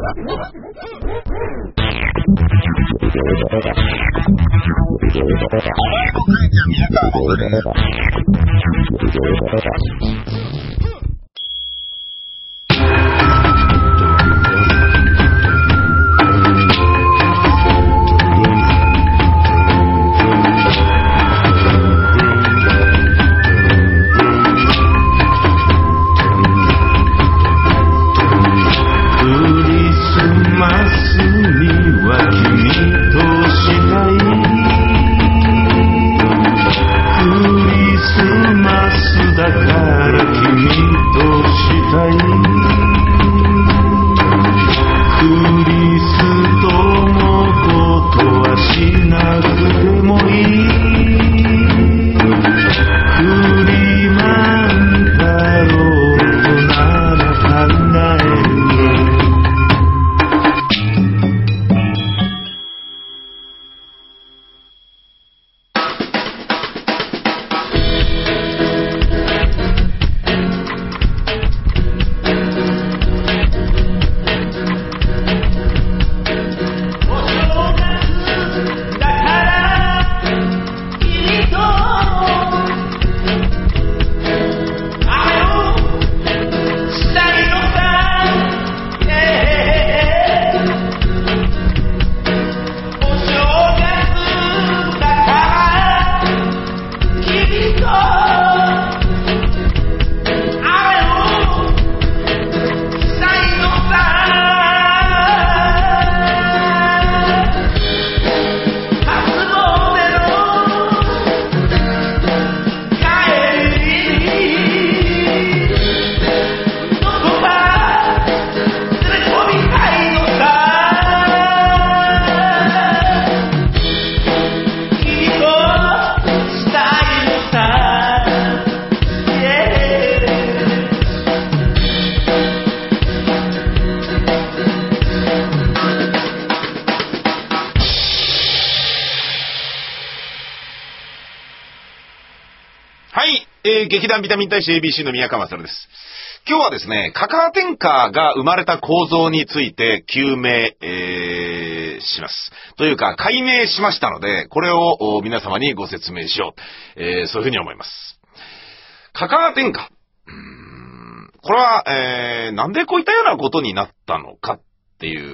劇団ビタミン大使 ABC の宮川勝です。今日はですね、カカア天下が生まれた構造について究明、します。というか、解明しましたので、これを皆様にご説明しよう。そういうふうに思います。カカア天下。これは、なんでこういったようなことになったのかっていう、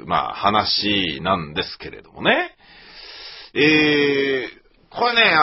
話なんですけれどもね。これね、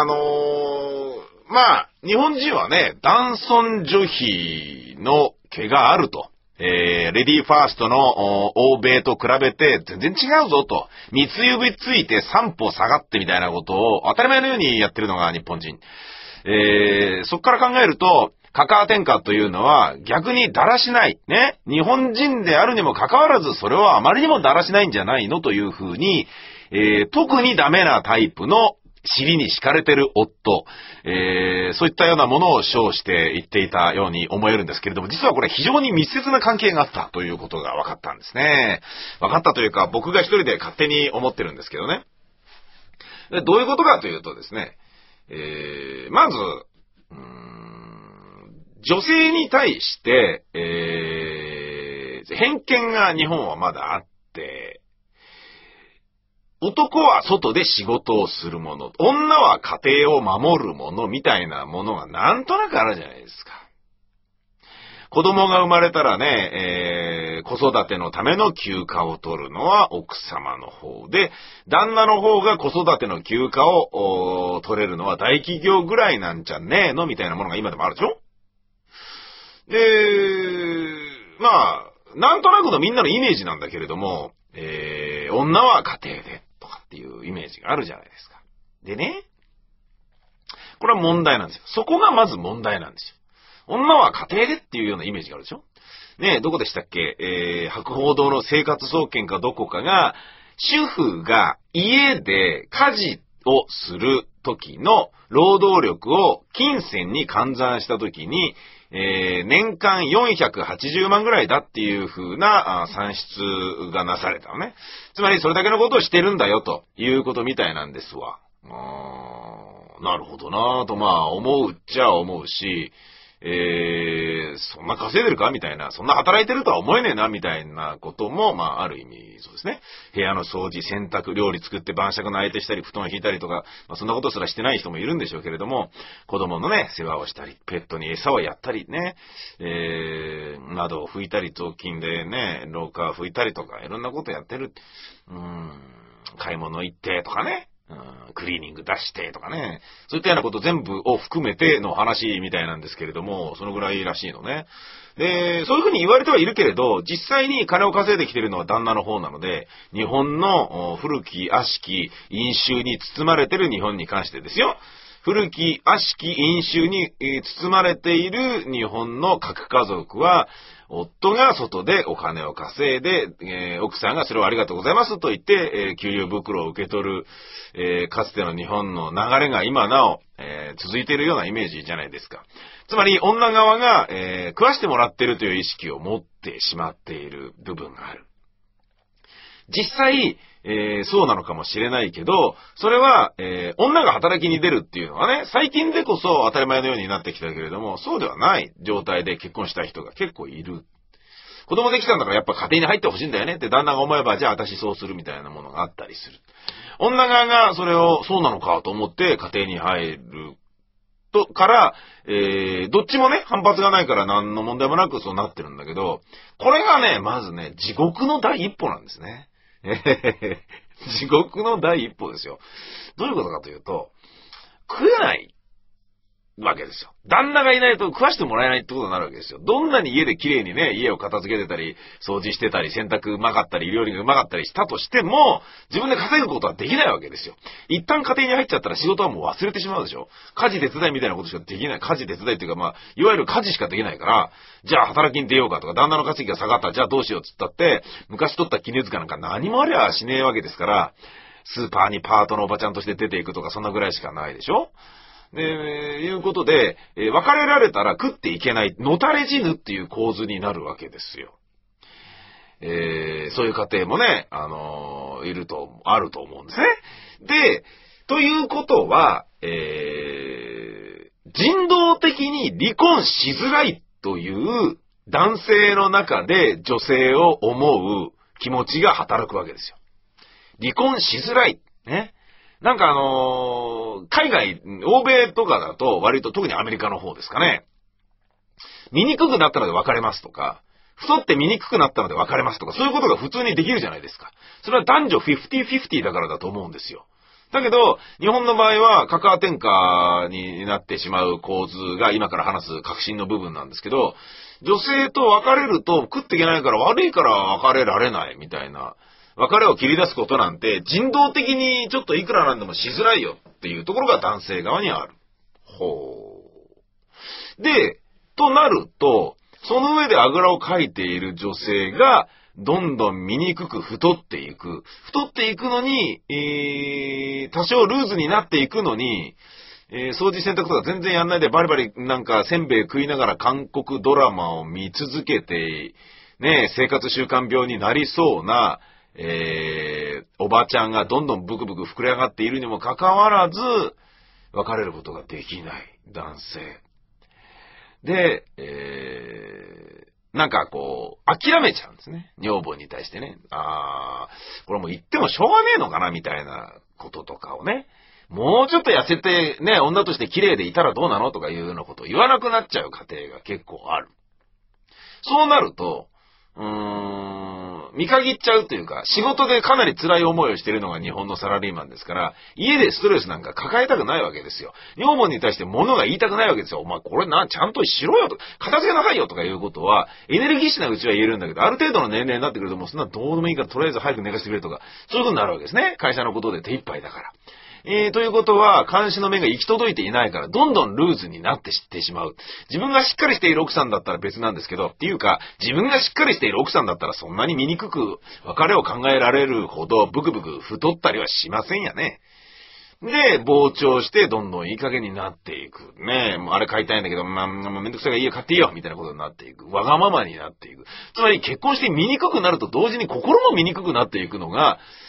日本人はね、男尊女卑の毛があると。レディーファーストの欧米と比べて全然違うぞと。三つ指ついて三歩下がってみたいなことを当たり前のようにやってるのが日本人。そっから考えると、カカア天下というのは逆にだらしない。ね。日本人であるにもかかわらずそれはあまりにもだらしないんじゃないのというふうに、特にダメなタイプの尻に敷かれてる夫、そういったようなものを称して言っていたように思えるんですけれども、実はこれ非常に密接な関係があったということが分かったんですね。分かったというか、僕が一人で勝手に思ってるんですけどね。でどういうことかというとですね、まず、女性に対して、偏見が日本はまだあって、男は外で仕事をするもの、女は家庭を守るものみたいなものがなんとなくあるじゃないですか。子供が生まれたらね、子育てのための休暇を取るのは奥様の方で、旦那の方が子育ての休暇を取れるのは大企業ぐらいなんじゃねえのみたいなものが今でもあるでしょ。で、なんとなくのみんなのイメージなんだけれども、女は家庭でとかっていうイメージがあるじゃないですか。でね、これは問題なんですよ。そこがまず問題なんですよ。女は家庭でっていうようなイメージがあるでしょ。ねえ、どこでしたっけ？博報堂の生活総研かどこかが、主婦が家で家事をする時の労働力を金銭に換算した時に、年間480万ぐらいだっていう風な算出がなされたのね。つまりそれだけのことをしてるんだよということみたいなんですわ。なるほどなぁと思うっちゃ思うし、 そんな稼いでるかみたいな、そんな働いてるとは思えねえな、みたいなことも、まあ、ある意味、そうですね。部屋の掃除、洗濯、料理作って晩酌の相手したり、布団を引いたりとか、まあ、そんなことすらしてない人もいるんでしょうけれども、子供のね、世話をしたり、ペットに餌をやったりね、窓を拭いたり、雑巾でね、廊下を拭いたりとか、いろんなことやってる。買い物行ってとかね。クリーニング出してとかね。そういったようなこと全部を含めての話みたいなんですけれども、そのぐらいらしいのね。で、そういうふうに言われてはいるけれど、実際に金を稼いできているのは旦那の方なので、日本の古き悪しき飲酒に包まれている日本に関してですよ。古き悪しき飲酒に包まれている日本の核家族は、夫が外でお金を稼いで、奥さんがそれをありがとうございますと言って、給料袋を受け取る、かつての日本の流れが今なお、続いているようなイメージじゃないですか。つまり、女側が、食わしてもらっているという意識を持ってしまっている部分がある。実際、そうなのかもしれないけど、それは、女が働きに出るっていうのはね、最近でこそ当たり前のようになってきたけれども、そうではない状態で結婚したい人が結構いる。子供できたんだからやっぱ家庭に入ってほしいんだよねって旦那が思えば、じゃあ私そうするみたいなものがあったりする。女側がそれをそうなのかと思って家庭に入るから、どっちもね、反発がないから何の問題もなくそうなってるんだけど、これがね、まずね、地獄の第一歩なんですね。地獄の第一歩ですよ。どういうことかというと、食えないわけですよ。旦那がいないと食わしてもらえないってことになるわけですよ。どんなに家で綺麗にね、家を片付けてたり、掃除してたり、洗濯うまかったり、料理がうまかったりしたとしても、自分で稼ぐことはできないわけですよ。一旦家庭に入っちゃったら仕事はもう忘れてしまうでしょ。家事手伝いみたいなことしかできない。家事手伝いっていうかまあ、いわゆる家事しかできないから、じゃあ働きに出ようかとか、旦那の稼ぎが下がったらじゃあどうしようっつったって、昔取った絹塚なんか何もありゃしねえわけですから、スーパーにパートのおばちゃんとして出ていくとかそんなぐらいしかないでしょ。で、いうことで、別れられたら食っていけない、のたれ死ぬっていう構図になるわけですよ。そういう家庭もね、あると思うんですね。で、ということは、人道的に離婚しづらいという男性の中で女性を思う気持ちが働くわけですよ。離婚しづらい。ね。なんか海外、欧米とかだと割と特にアメリカの方ですかね。醜くなったので別れますとか、太って醜くなったので別れますとか、そういうことが普通にできるじゃないですか。それは男女50-50だからだと思うんですよ。だけど、日本の場合は、カカア転嫁になってしまう構図が今から話す革新の部分なんですけど、女性と別れると食っていけないから悪いから別れられないみたいな。別れを切り出すことなんて人道的にちょっといくらなんでもしづらいよっていうところが男性側にある。ほう。で、となると、その上であぐらをかいている女性がどんどん醜く太っていく。太っていくのに、多少ルーズになっていくのに、掃除洗濯とか全然やんないでバリバリなんかせんべい食いながら韓国ドラマを見続けて、ね、生活習慣病になりそうな、おばちゃんがどんどんブクブク膨れ上がっているにもかかわらず、別れることができない男性。で、なんかこう、諦めちゃうんですね。女房に対してね。これもう言ってもしょうがねえのかなみたいなこととかをね。もうちょっと痩せてね、女として綺麗でいたらどうなのとかいうようなことを言わなくなっちゃう家庭が結構ある。そうなると、見限っちゃうというか、仕事でかなり辛い思いをしているのが日本のサラリーマンですから、家でストレスなんか抱えたくないわけですよ。女房に対して物が言いたくないわけですよ。お前これちゃんとしろよとか、片付けなさいよとかいうことは、エネルギッシュなうちは言えるんだけど、ある程度の年齢になってくるともうそんなどうでもいいからとりあえず早く寝かしてくれとか、そういうことになるわけですね。会社のことで手一杯だから。ということは、監視の目が行き届いていないから、どんどんルーズになって知ってしまう。自分がしっかりしている奥さんだったら別なんですけど、っていうか、自分がしっかりしている奥さんだったらそんなに醜く別れを考えられるほどブクブク太ったりはしませんやね。で、膨張してどんどんいい加減になっていく。ねもうあれ買いたいんだけど、もうめんどくさいから家買っていいよみたいなことになっていく。わがままになっていく。つまり結婚して醜くなると同時に心も醜くなっていくのが、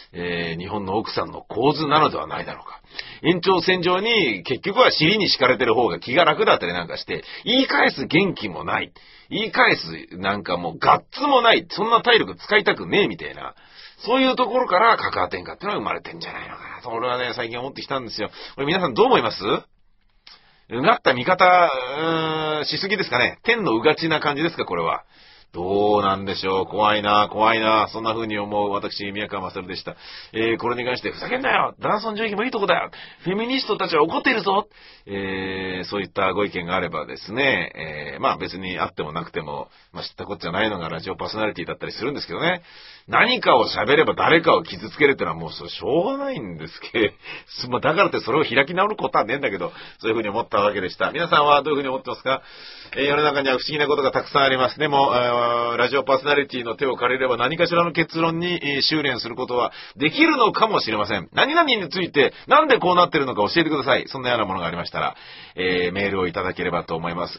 日本の奥さんの構図なのではないだろうか。延長線上に結局は尻に敷かれてる方が気が楽だったりなんかして、言い返す元気もない。言い返すなんかもうガッツもない。そんな体力使いたくねえみたいな。そういうところからカカア天下ってのは生まれてんじゃないのかなと、俺はね、最近思ってきたんですよ。これ皆さんどう思います？うがった見方、しすぎですかね。天のうがちな感じですか、これは。どうなんでしょう。怖いな。そんな風に思う私、宮川勝でした。これに関して、ふざけんなよ、男尊女卑もいいとこだよ、フェミニストたちは怒っているぞ、そういったご意見があればですね、まあ別にあってもなくても、まあ知ったこっちゃないのがラジオパーソナリティだったりするんですけどね。何かを喋れば誰かを傷つけるってのはもうしょうがないんですけど、だからってそれを開き直ることはねえんだけど、そういう風に思ったわけでした。皆さんはどういう風に思ってますか？世の中には不思議なことがたくさんあります。でも、ラジオパーソナリティの手を借りれば何かしらの結論に修練することはできるのかもしれません。何々についてなんでこうなってるのか教えてください。そんなようなものがありましたら、メールをいただければと思います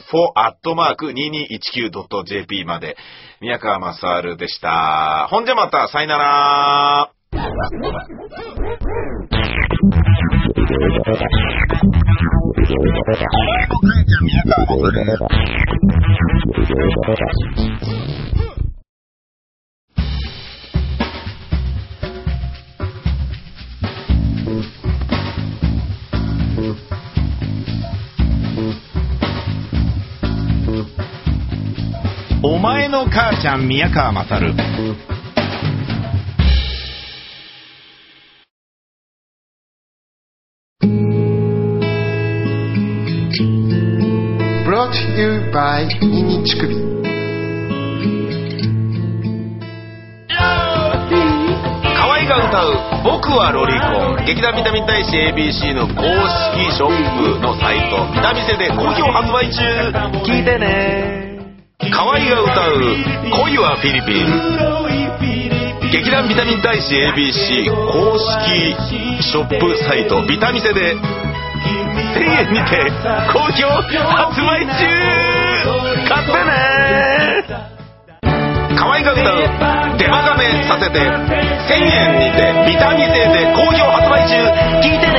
。info@2219.jp まで。宮川勝でした。ほんじゃまた、さよなら。 お前の母ちゃん宮川勝。 Brought to you by ニニチクビ。 河合が歌う僕はロリコン、劇団ビタミン大使 ABC の公式ショップのサイトビタミセで好評発売中。聞いてね。河合が歌う恋はフィリピン、劇団ビタミン大使 ABC 公式ショップサイトビタミセで1000円にて好評発売中。買ってね。河合が歌うデマガメさせて1000円にてビタミセで好評発売中。聞いてね。